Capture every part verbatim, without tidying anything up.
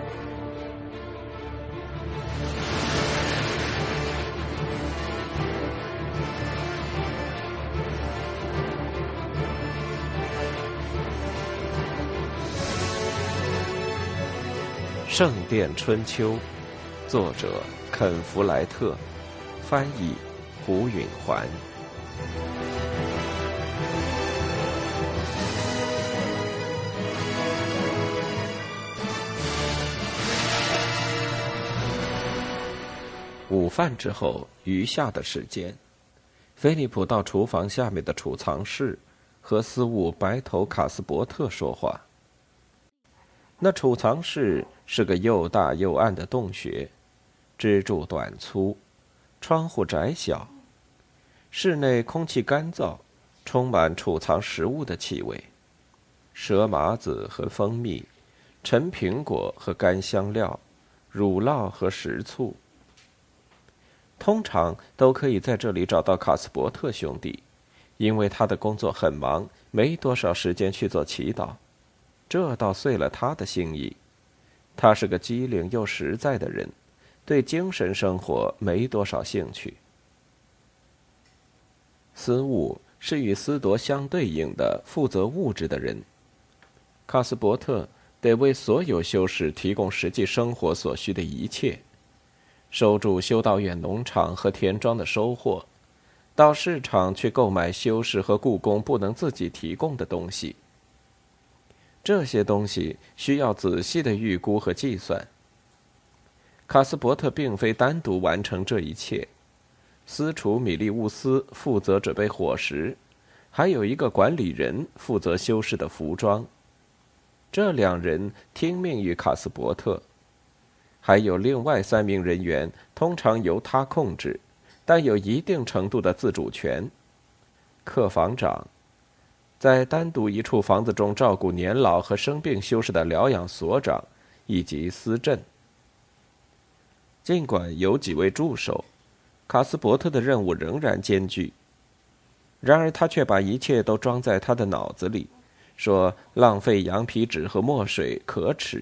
《圣殿春秋》，作者肯·弗莱特，翻译胡允环。午饭之后，余下的时间，菲利普到厨房下面的储藏室，和司务白头卡斯伯特说话。那储藏室是个又大又暗的洞穴，支柱短粗，窗户窄小，室内空气干燥，充满储藏食物的气味，蛇麻子和蜂蜜，陈苹果和干香料，乳酪和食醋。通常都可以在这里找到卡斯伯特兄弟，因为他的工作很忙，没多少时间去做祈祷。这倒遂了他的心意。他是个机灵又实在的人，对精神生活没多少兴趣。司务是与司铎相对应的负责物质的人，卡斯伯特得为所有修士提供实际生活所需的一切，收住修道院农场和田庄的收获，到市场去购买修士和雇工不能自己提供的东西。这些东西需要仔细的预估和计算。卡斯伯特并非单独完成这一切，司厨米利乌斯负责准备伙食，还有一个管理人负责修士的服装。这两人听命于卡斯伯特，还有另外三名人员通常由他控制，但有一定程度的自主权。客房长在单独一处房子中照顾年老和生病修士的疗养所长，以及司镇。尽管有几位助手，卡斯伯特的任务仍然艰巨。然而他却把一切都装在他的脑子里，说浪费羊皮纸和墨水可耻。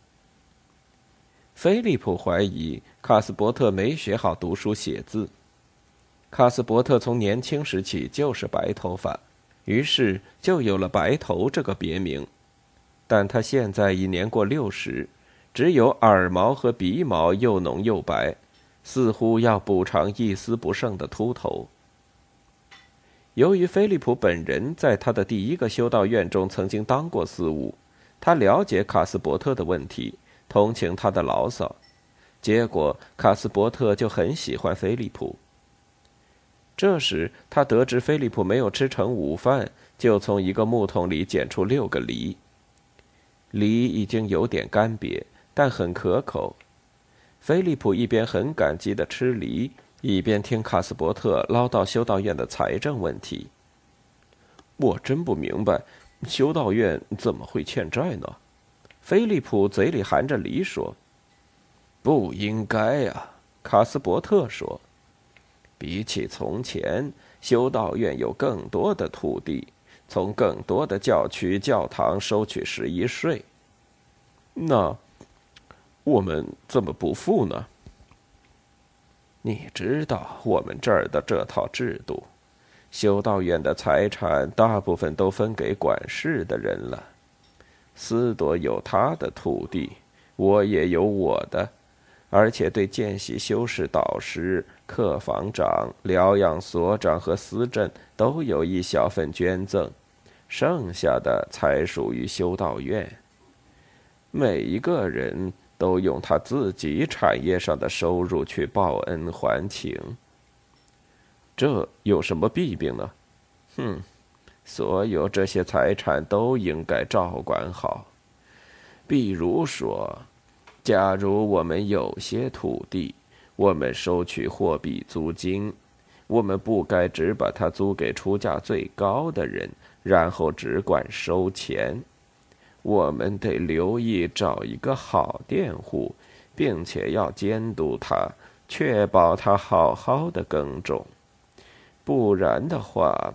菲利普怀疑卡斯伯特没学好读书写字。卡斯伯特从年轻时起就是白头发，于是就有了白头这个别名，但他现在已年过六十，只有耳毛和鼻毛又浓又白，似乎要补偿一丝不剩的秃头。由于菲利普本人在他的第一个修道院中曾经当过司务，他了解卡斯伯特的问题，同情他的牢骚，结果卡斯伯特就很喜欢菲利普。这时他得知菲利普没有吃成午饭，就从一个木桶里捡出六个梨。梨已经有点干瘪，但很可口。菲利普一边很感激地吃梨，一边听卡斯伯特唠叨修道院的财政问题。我真不明白，修道院怎么会欠债呢？菲利普嘴里含着梨说。不应该啊，卡斯伯特说。比起从前，修道院有更多的土地，从更多的教区、教堂收取十一税。那我们怎么不付呢？你知道我们这儿的这套制度，修道院的财产大部分都分给管事的人了。司铎有他的土地，我也有我的，而且对见习修士导师、客房长、疗养所长和司镇都有一小份捐赠，剩下的才属于修道院。每一个人都用他自己产业上的收入去报恩还情。这有什么弊病呢？哼，所有这些财产都应该照管好。比如说，假如我们有些土地，我们收取货币租金，我们不该只把它租给出价最高的人，然后只管收钱。我们得留意找一个好佃户，并且要监督他，确保他好好的耕种。不然的话，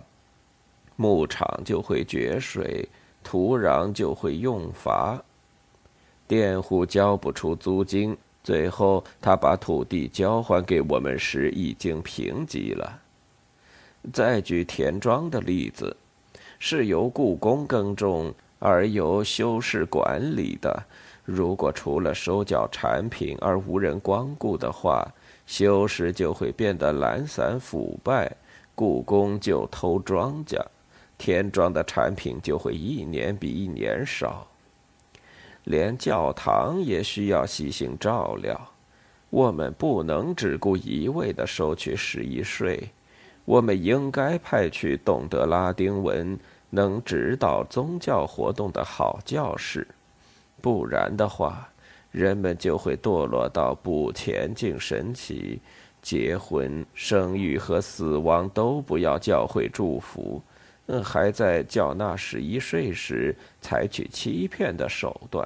牧场就会决水，土壤就会用乏。 佃户交不出租金，最后他把土地交还给我们时已经平瘠了。再举田庄的例子，是由雇工耕种而由修士管理的。如果除了收缴产品而无人光顾的话，修士就会变得懒散腐败，雇工就偷庄稼，田庄的产品就会一年比一年少。连教堂也需要细心照料，我们不能只顾一味地收取十一税，我们应该派去懂得拉丁文、能指导宗教活动的好教士，不然的话，人们就会堕落到不虔敬神祇，结婚、生育和死亡都不要教会祝福，嗯，还在缴纳十一税时采取欺骗的手段。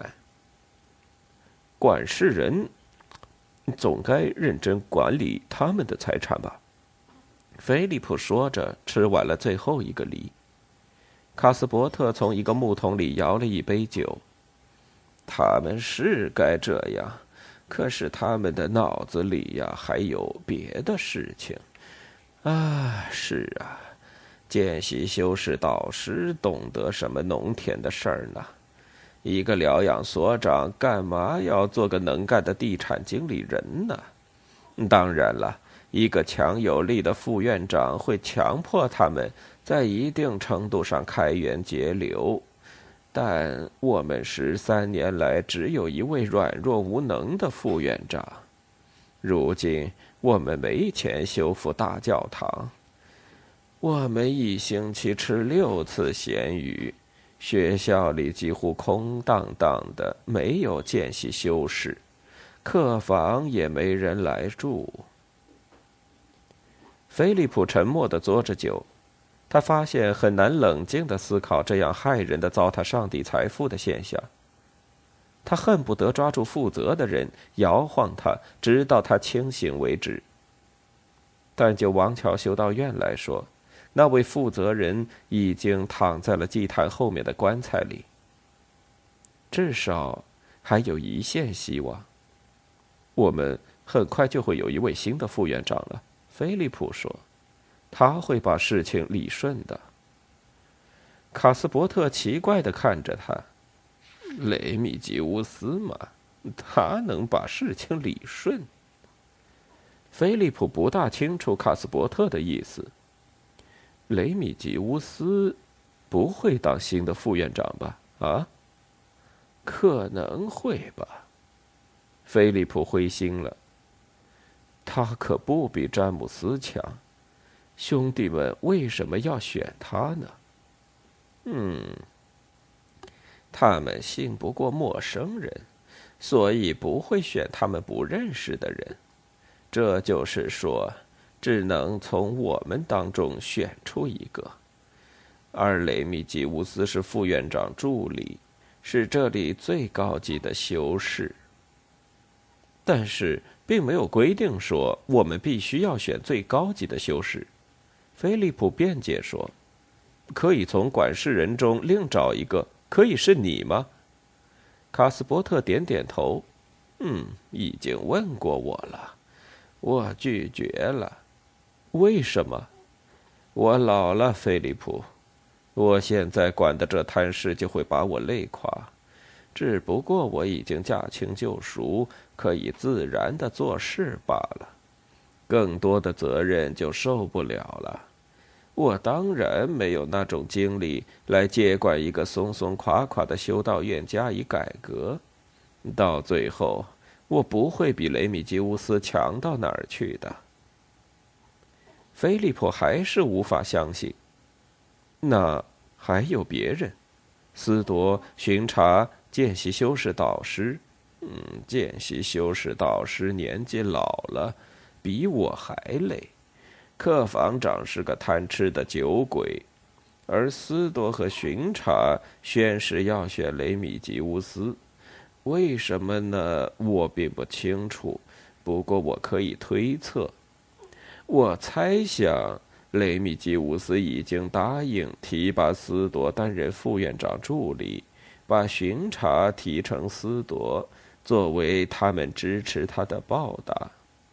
管事人总该认真管理他们的财产吧？菲利普说着，吃完了最后一个梨。卡斯伯特从一个木桶里舀了一杯酒。他们是该这样，可是他们的脑子里呀还有别的事情。啊，是啊，见习修士导师懂得什么农田的事儿呢？一个疗养所长干嘛要做个能干的地产经理人呢？当然了，一个强有力的副院长会强迫他们在一定程度上开源节流，但我们十三年来只有一位软弱无能的副院长。如今我们没钱修复大教堂，我们一星期吃六次咸鱼，学校里几乎空荡荡的，没有见习修士，客房也没人来住。菲利普沉默地嘬着酒，他发现很难冷静地思考这样骇人的糟蹋上帝财富的现象。他恨不得抓住负责的人，摇晃他，直到他清醒为止。但就王桥修道院来说，那位负责人已经躺在了祭坛后面的棺材里。至少还有一线希望。我们很快就会有一位新的副院长了，菲利普说，他会把事情理顺的。卡斯伯特奇怪地看着他，雷米吉乌斯嘛，他能把事情理顺？菲利普不大清楚卡斯伯特的意思。雷米吉乌斯不会当新的副院长吧？啊？可能会吧。菲利普灰心了。他可不比詹姆斯强，兄弟们为什么要选他呢？嗯，他们信不过陌生人，所以不会选他们不认识的人。这就是说，只能从我们当中选出一个。而雷米吉乌斯是副院长助理，是这里最高级的修士。但是并没有规定说我们必须要选最高级的修士。菲利普辩解说，可以从管事人中另找一个，可以是你吗？卡斯伯特点点头，嗯，已经问过我了，我拒绝了。为什么？我老了，菲利普，我现在管的这摊事就会把我累垮。只不过我已经驾轻就熟，可以自然地做事罢了，更多的责任就受不了了。我当然没有那种精力来接管一个松松垮垮的修道院加以改革，到最后我不会比雷米吉乌斯强到哪儿去的。菲利普还是无法相信。那还有别人？司铎、巡查、见习修士导师，嗯，见习修士导师年纪老了，比我还累。客房长是个贪吃的酒鬼，而司铎和巡查宣誓要选雷米吉乌斯。为什么呢？我并不清楚，不过我可以推测。我猜想，雷米吉乌斯已经答应提拔司铎担任副院长助理。 把巡查提成司铎，作为他们支持他的报答。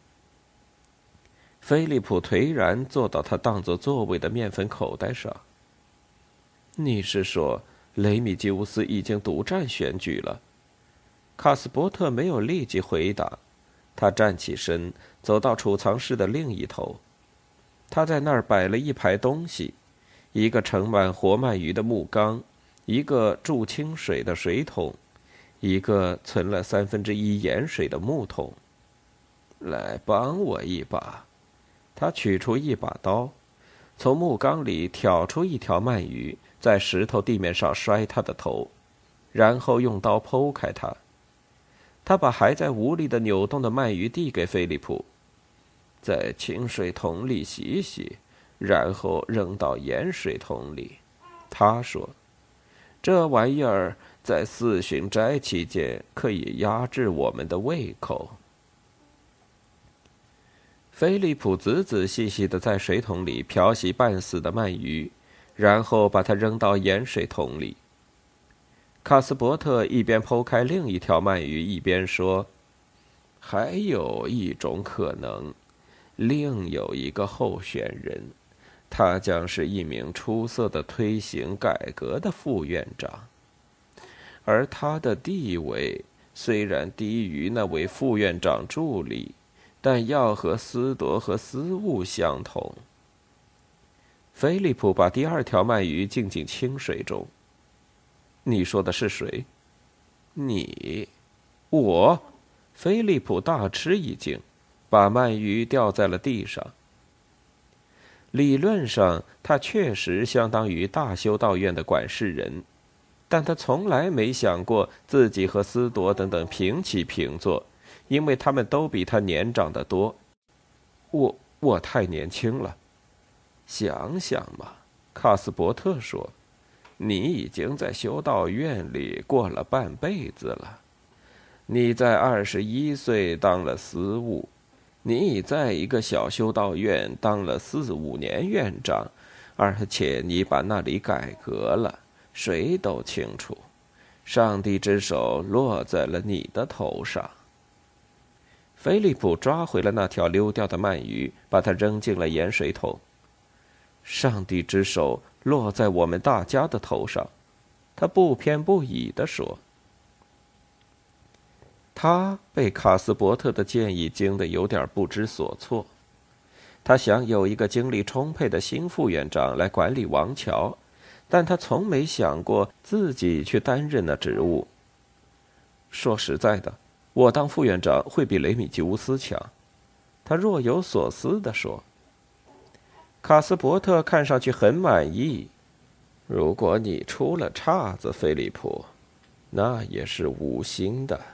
菲利普颓然坐到他当作座位的面粉口袋上。你是说，雷米吉乌斯已经独占选举了？卡斯伯特没有立即回答，他站起身，走到储藏室的另一头。他在那儿摆了一排东西，一个盛满活鳗鱼的木缸，一个注清水的水桶，一个存了三分之一盐水的木桶。来帮我一把。他取出一把刀，从木缸里挑出一条鳗鱼，在石头地面上摔他的头，然后用刀剖开它。他把还在无力地扭动的鳗鱼递给菲利普，在清水桶里洗洗，然后扔到盐水桶里。他说：“这玩意儿在四旬斋期间可以压制我们的胃口。”菲利普仔仔细细地在水桶里漂洗半死的鳗鱼，然后把它扔到盐水桶里。卡斯伯特一边剖开另一条鳗鱼，一边说：“还有一种可能，另有一个候选人，他将是一名出色的推行改革的副院长，而他的地位虽然低于那位副院长助理，但要和司铎和司务相同。”菲利普把第二条鳗鱼浸进清水中。“你说的是谁？”“你。”“我。”菲利普大吃一惊，把鳗鱼掉在了地上。理论上，他确实相当于大修道院的管事人，但他从来没想过自己和司铎等等平起平坐，因为他们都比他年长得多。我我太年轻了。想想嘛，卡斯伯特说，你已经在修道院里过了半辈子了。你在二十一岁当了司务，你已在一个小修道院当了四五年院长，而且你把那里改革了，谁都清楚。上帝之手落在了你的头上。菲利普抓回了那条溜掉的鳗鱼，把它扔进了盐水桶。上帝之手落在我们大家的头上，他不偏不倚地说。他被卡斯伯特的建议惊得有点不知所措。他想有一个精力充沛的新副院长来管理王桥，但他从没想过自己去担任那职务。说实在的，我当副院长会比雷米吉乌斯强，他若有所思地说。卡斯伯特看上去很满意。如果你出了岔子，菲利普，那也是无心的。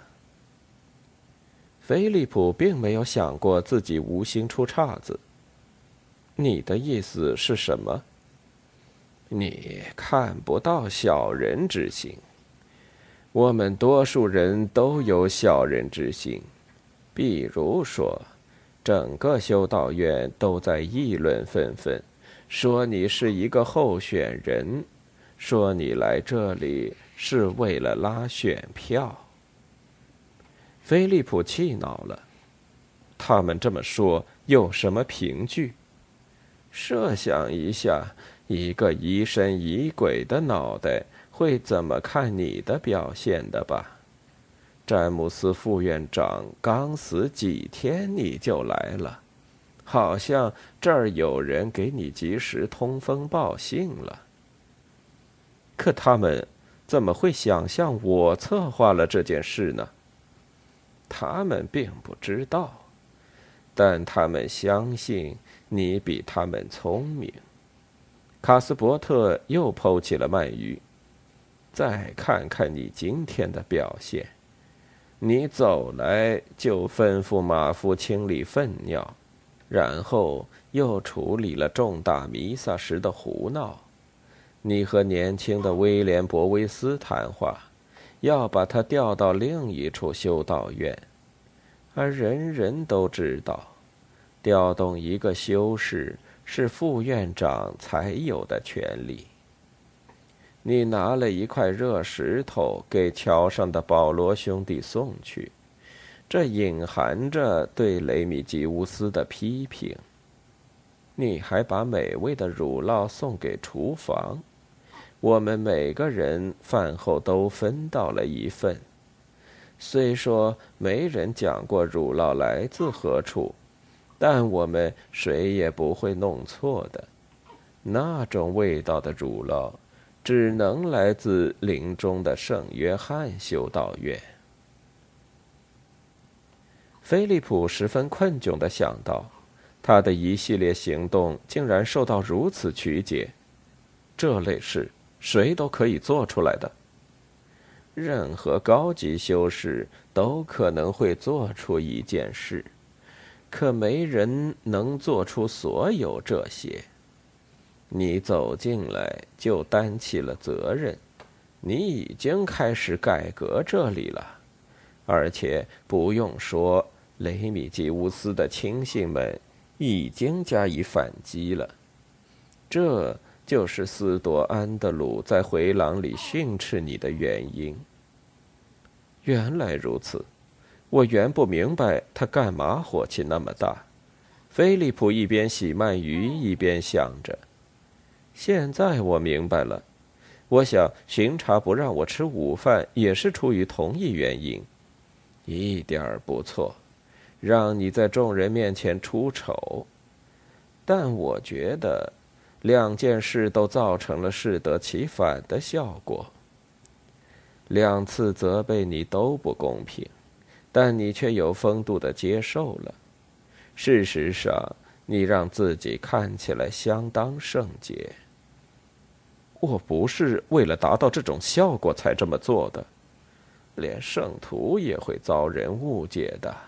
菲利普并没有想过自己无心出岔子。你的意思是什么？你看不到小人之心。我们多数人都有小人之心，比如说，整个修道院都在议论纷纷，说你是一个候选人，说你来这里是为了拉选票。菲利普气恼了。他们这么说有什么凭据？设想一下，一个疑神疑鬼的脑袋会怎么看你的表现的吧？詹姆斯副院长刚死几天你就来了，好像这儿有人给你及时通风报信了。可他们怎么会想象我策划了这件事呢？他们并不知道，但他们相信你比他们聪明。卡斯伯特又剖起了鳗鱼。再看看你今天的表现。你走来就吩咐马夫清理粪尿，然后又处理了重大弥撒时的胡闹。你和年轻的威廉·博威斯谈话，要把他调到另一处修道院，而人人都知道，调动一个修士是副院长才有的权利。 你拿了一块热石头给桥上的保罗兄弟送去，这隐含着对雷米吉乌斯的批评。你还把美味的乳酪送给厨房，我们每个人饭后都分到了一份。虽说没人讲过乳酪来自何处，但我们谁也不会弄错的。那种味道的乳酪，只能来自林中的圣约翰修道院。菲利普十分困窘地想到，他的一系列行动竟然受到如此曲解。这类事谁都可以做出来的，任何高级修士都可能会做出一件事，可没人能做出所有这些。你走进来就担起了责任，你已经开始改革这里了，而且不用说，雷米吉乌斯的亲信们已经加以反击了。这就是斯多安德鲁在回廊里训斥你的原因。原来如此，我原不明白他干嘛火气那么大。菲利普一边洗鳗鱼一边想着，现在我明白了，我想巡查不让我吃午饭也是出于同一原因。一点儿不错，让你在众人面前出丑。但我觉得两件事都造成了适得其反的效果。两次责备你都不公平，但你却有风度地接受了。事实上，你让自己看起来相当圣洁。我不是为了达到这种效果才这么做的，连圣徒也会遭人误解的。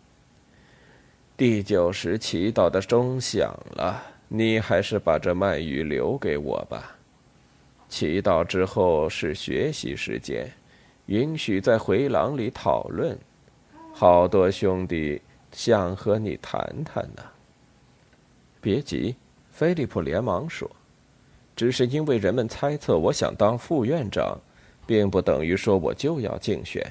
第九时祈祷的钟响了，你还是把这鳗鱼留给我吧。祈祷之后是学习时间，允许在回廊里讨论。好多兄弟想和你谈谈呢。别急，菲利普连忙说，只是因为人们猜测我想当副院长，并不等于说我就要竞选。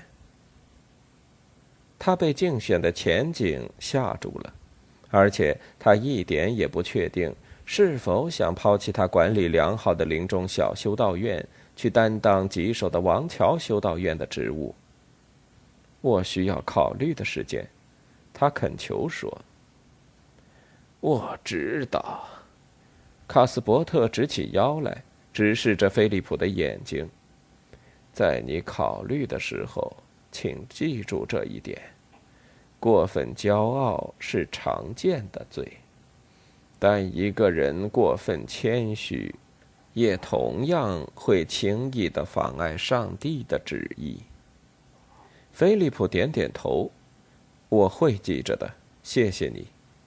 他被竞选的前景吓住了，而且他一点也不确定是否想抛弃他管理良好的林中小修道院，去担当棘手的王桥修道院的职务。我需要考虑的时间，他恳求说。我知道。卡斯伯特直起腰来，直视着菲利普的眼睛。在你考虑的时候，请记住这一点：过分骄傲是常见的罪，但一个人过分谦虚，也同样会轻易地妨碍上帝的旨意。菲利普点点头：“我会记着的，谢谢你。”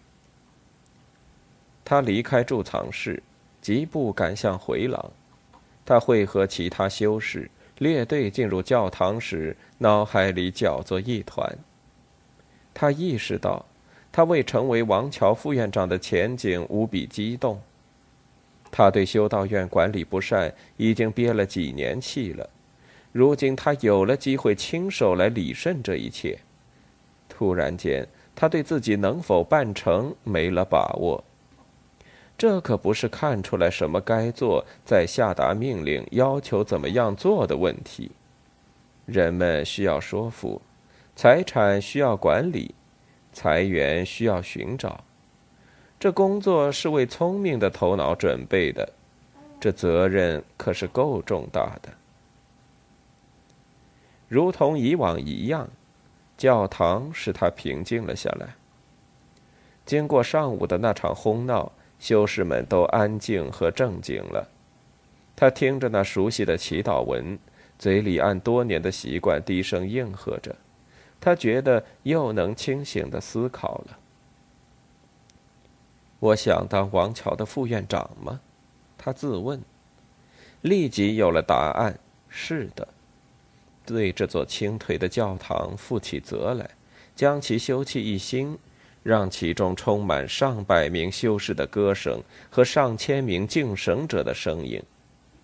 他离开贮藏室，疾步赶向回廊。他会和其他修士列队进入教堂时，脑海里搅作一团。他意识到，他为成为王桥副院长的前景无比激动。他对修道院管理不善已经憋了几年气了，如今他有了机会亲手来理顺这一切。突然间，他对自己能否办成没了把握。这可不是看出来什么该做，再下达命令要求怎么样做的问题。人们需要说服，财产需要管理，财源需要寻找。这工作是为聪明的头脑准备的，这责任可是够重大的。如同以往一样，教堂使他平静了下来。经过上午的那场哄闹，修士们都安静和正经了。他听着那熟悉的祈祷文，嘴里按多年的习惯低声应和着。他觉得又能清醒地思考了。我想当王桥的副院长吗？他自问。立即有了答案：是的。对这座倾颓的教堂负起责来，将其修葺一新，让其中充满上百名修士的歌声和上千名敬神者的声音。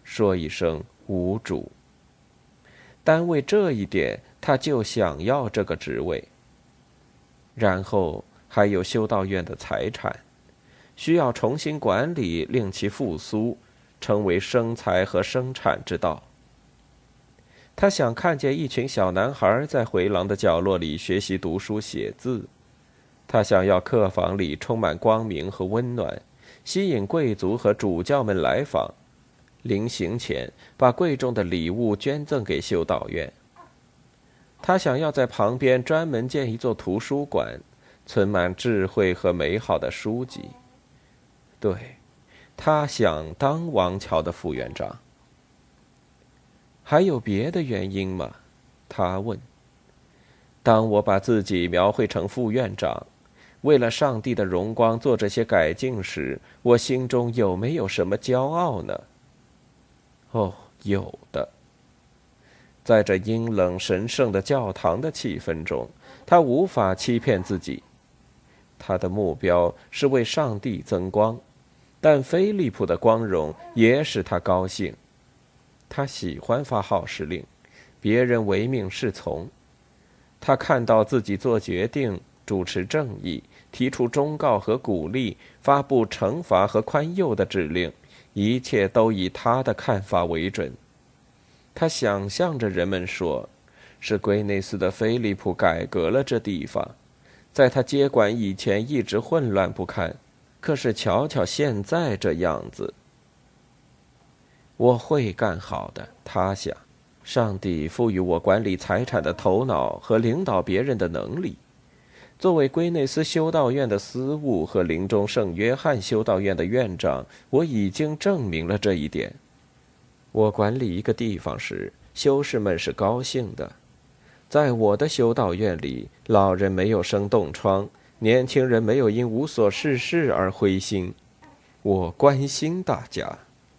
说一声无主。单为这一点，他就想要这个职位。然后还有修道院的财产，需要重新管理，令其复苏，成为生财和生产之道。他想看见一群小男孩在回廊的角落里学习读书写字，他想要客房里充满光明和温暖，吸引贵族和主教们来访，临行前把贵重的礼物捐赠给修道院。他想要在旁边专门建一座图书馆，存满智慧和美好的书籍。对，他想当王桥的副院长。还有别的原因吗？他问。当我把自己描绘成副院长，为了上帝的荣光做这些改进时，我心中有没有什么骄傲呢？哦，有的。在这阴冷神圣的教堂的气氛中，他无法欺骗自己。他的目标是为上帝增光，但菲利普的光荣也使他高兴。他喜欢发号施令，别人唯命是从。他看到自己做决定，主持正义，提出忠告和鼓励，发布惩罚和宽宥的指令，一切都以他的看法为准。他想象着人们说，是圭内斯的菲利普改革了这地方，在他接管以前一直混乱不堪，可是瞧瞧现在这样子。我会干好的，他想。上帝赋予我管理财产的头脑和领导别人的能力。作为圭内斯修道院的司务和林中圣约翰修道院的院长，我已经证明了这一点。我管理一个地方时，修士们是高兴的。在我的修道院里，老人没有生冻疮，年轻人没有因无所事事而灰心。我关心大家。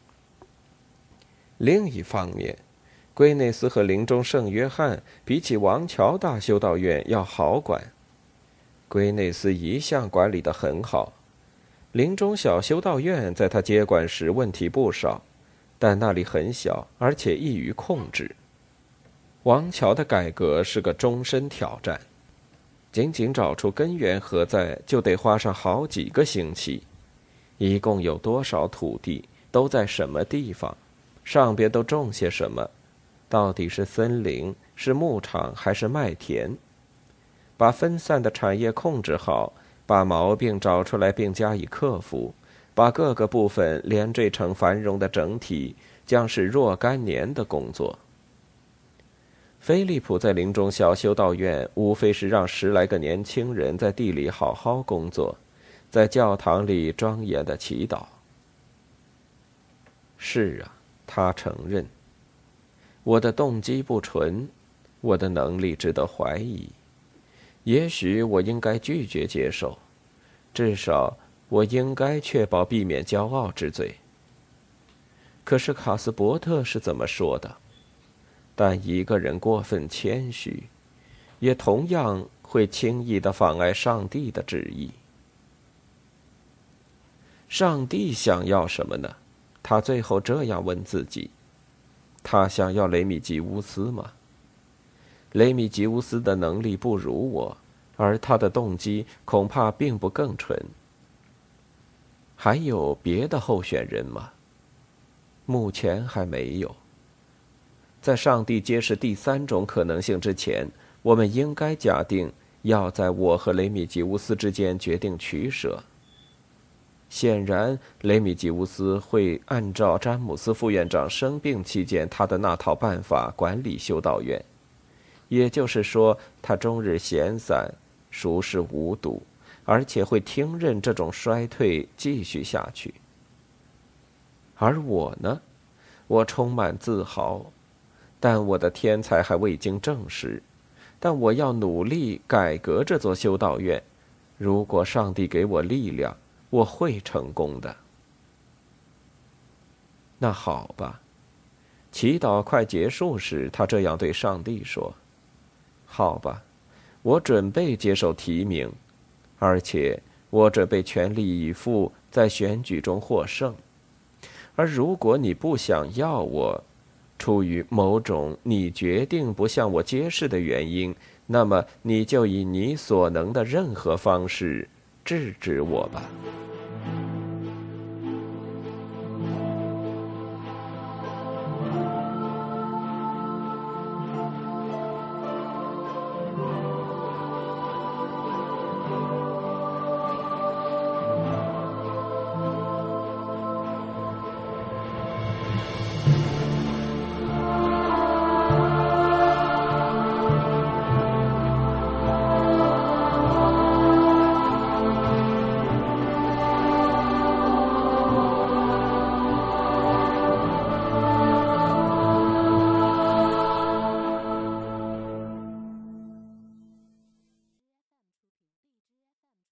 另一方面，圭内斯和林中圣约翰比起王桥大修道院要好管。圭内斯一向管理得很好，林中小修道院在他接管时问题不少，但那里很小，而且易于控制。王桥的改革是个终身挑战，仅仅找出根源何在，就得花上好几个星期。一共有多少土地，都在什么地方，上边都种些什么，到底是森林，是牧场，还是麦田？把分散的产业控制好，把毛病找出来并加以克服，把各个部分连缀成繁荣的整体，将是若干年的工作。菲利普在林中小修道院无非是让十来个年轻人在地里好好工作，在教堂里庄严的祈祷。是啊，他承认，我的动机不纯，我的能力值得怀疑。也许我应该拒绝接受，至少我应该确保避免骄傲之罪。可是卡斯伯特是怎么说的？但一个人过分谦虚，也同样会轻易地妨碍上帝的旨意。上帝想要什么呢？他最后这样问自己。他想要雷米吉乌斯吗？雷米吉乌斯的能力不如我，而他的动机恐怕并不更纯。还有别的候选人吗？目前还没有。在上帝揭示第三种可能性之前，我们应该假定要在我和雷米吉乌斯之间决定取舍。显然，雷米吉乌斯会按照詹姆斯副院长生病期间他的那套办法管理修道院。也就是说，他终日闲散，熟视无睹，而且会听任这种衰退继续下去。而我呢？我充满自豪，但我的天才还未经证实。但我要努力改革这座修道院。如果上帝给我力量，我会成功的。那好吧。祈祷快结束时，他这样对上帝说：好吧，我准备接受提名，而且我准备全力以赴在选举中获胜。 而如果你不想要我，出于某种你决定不向我揭示的原因，那么你就以你所能的任何方式制止我吧。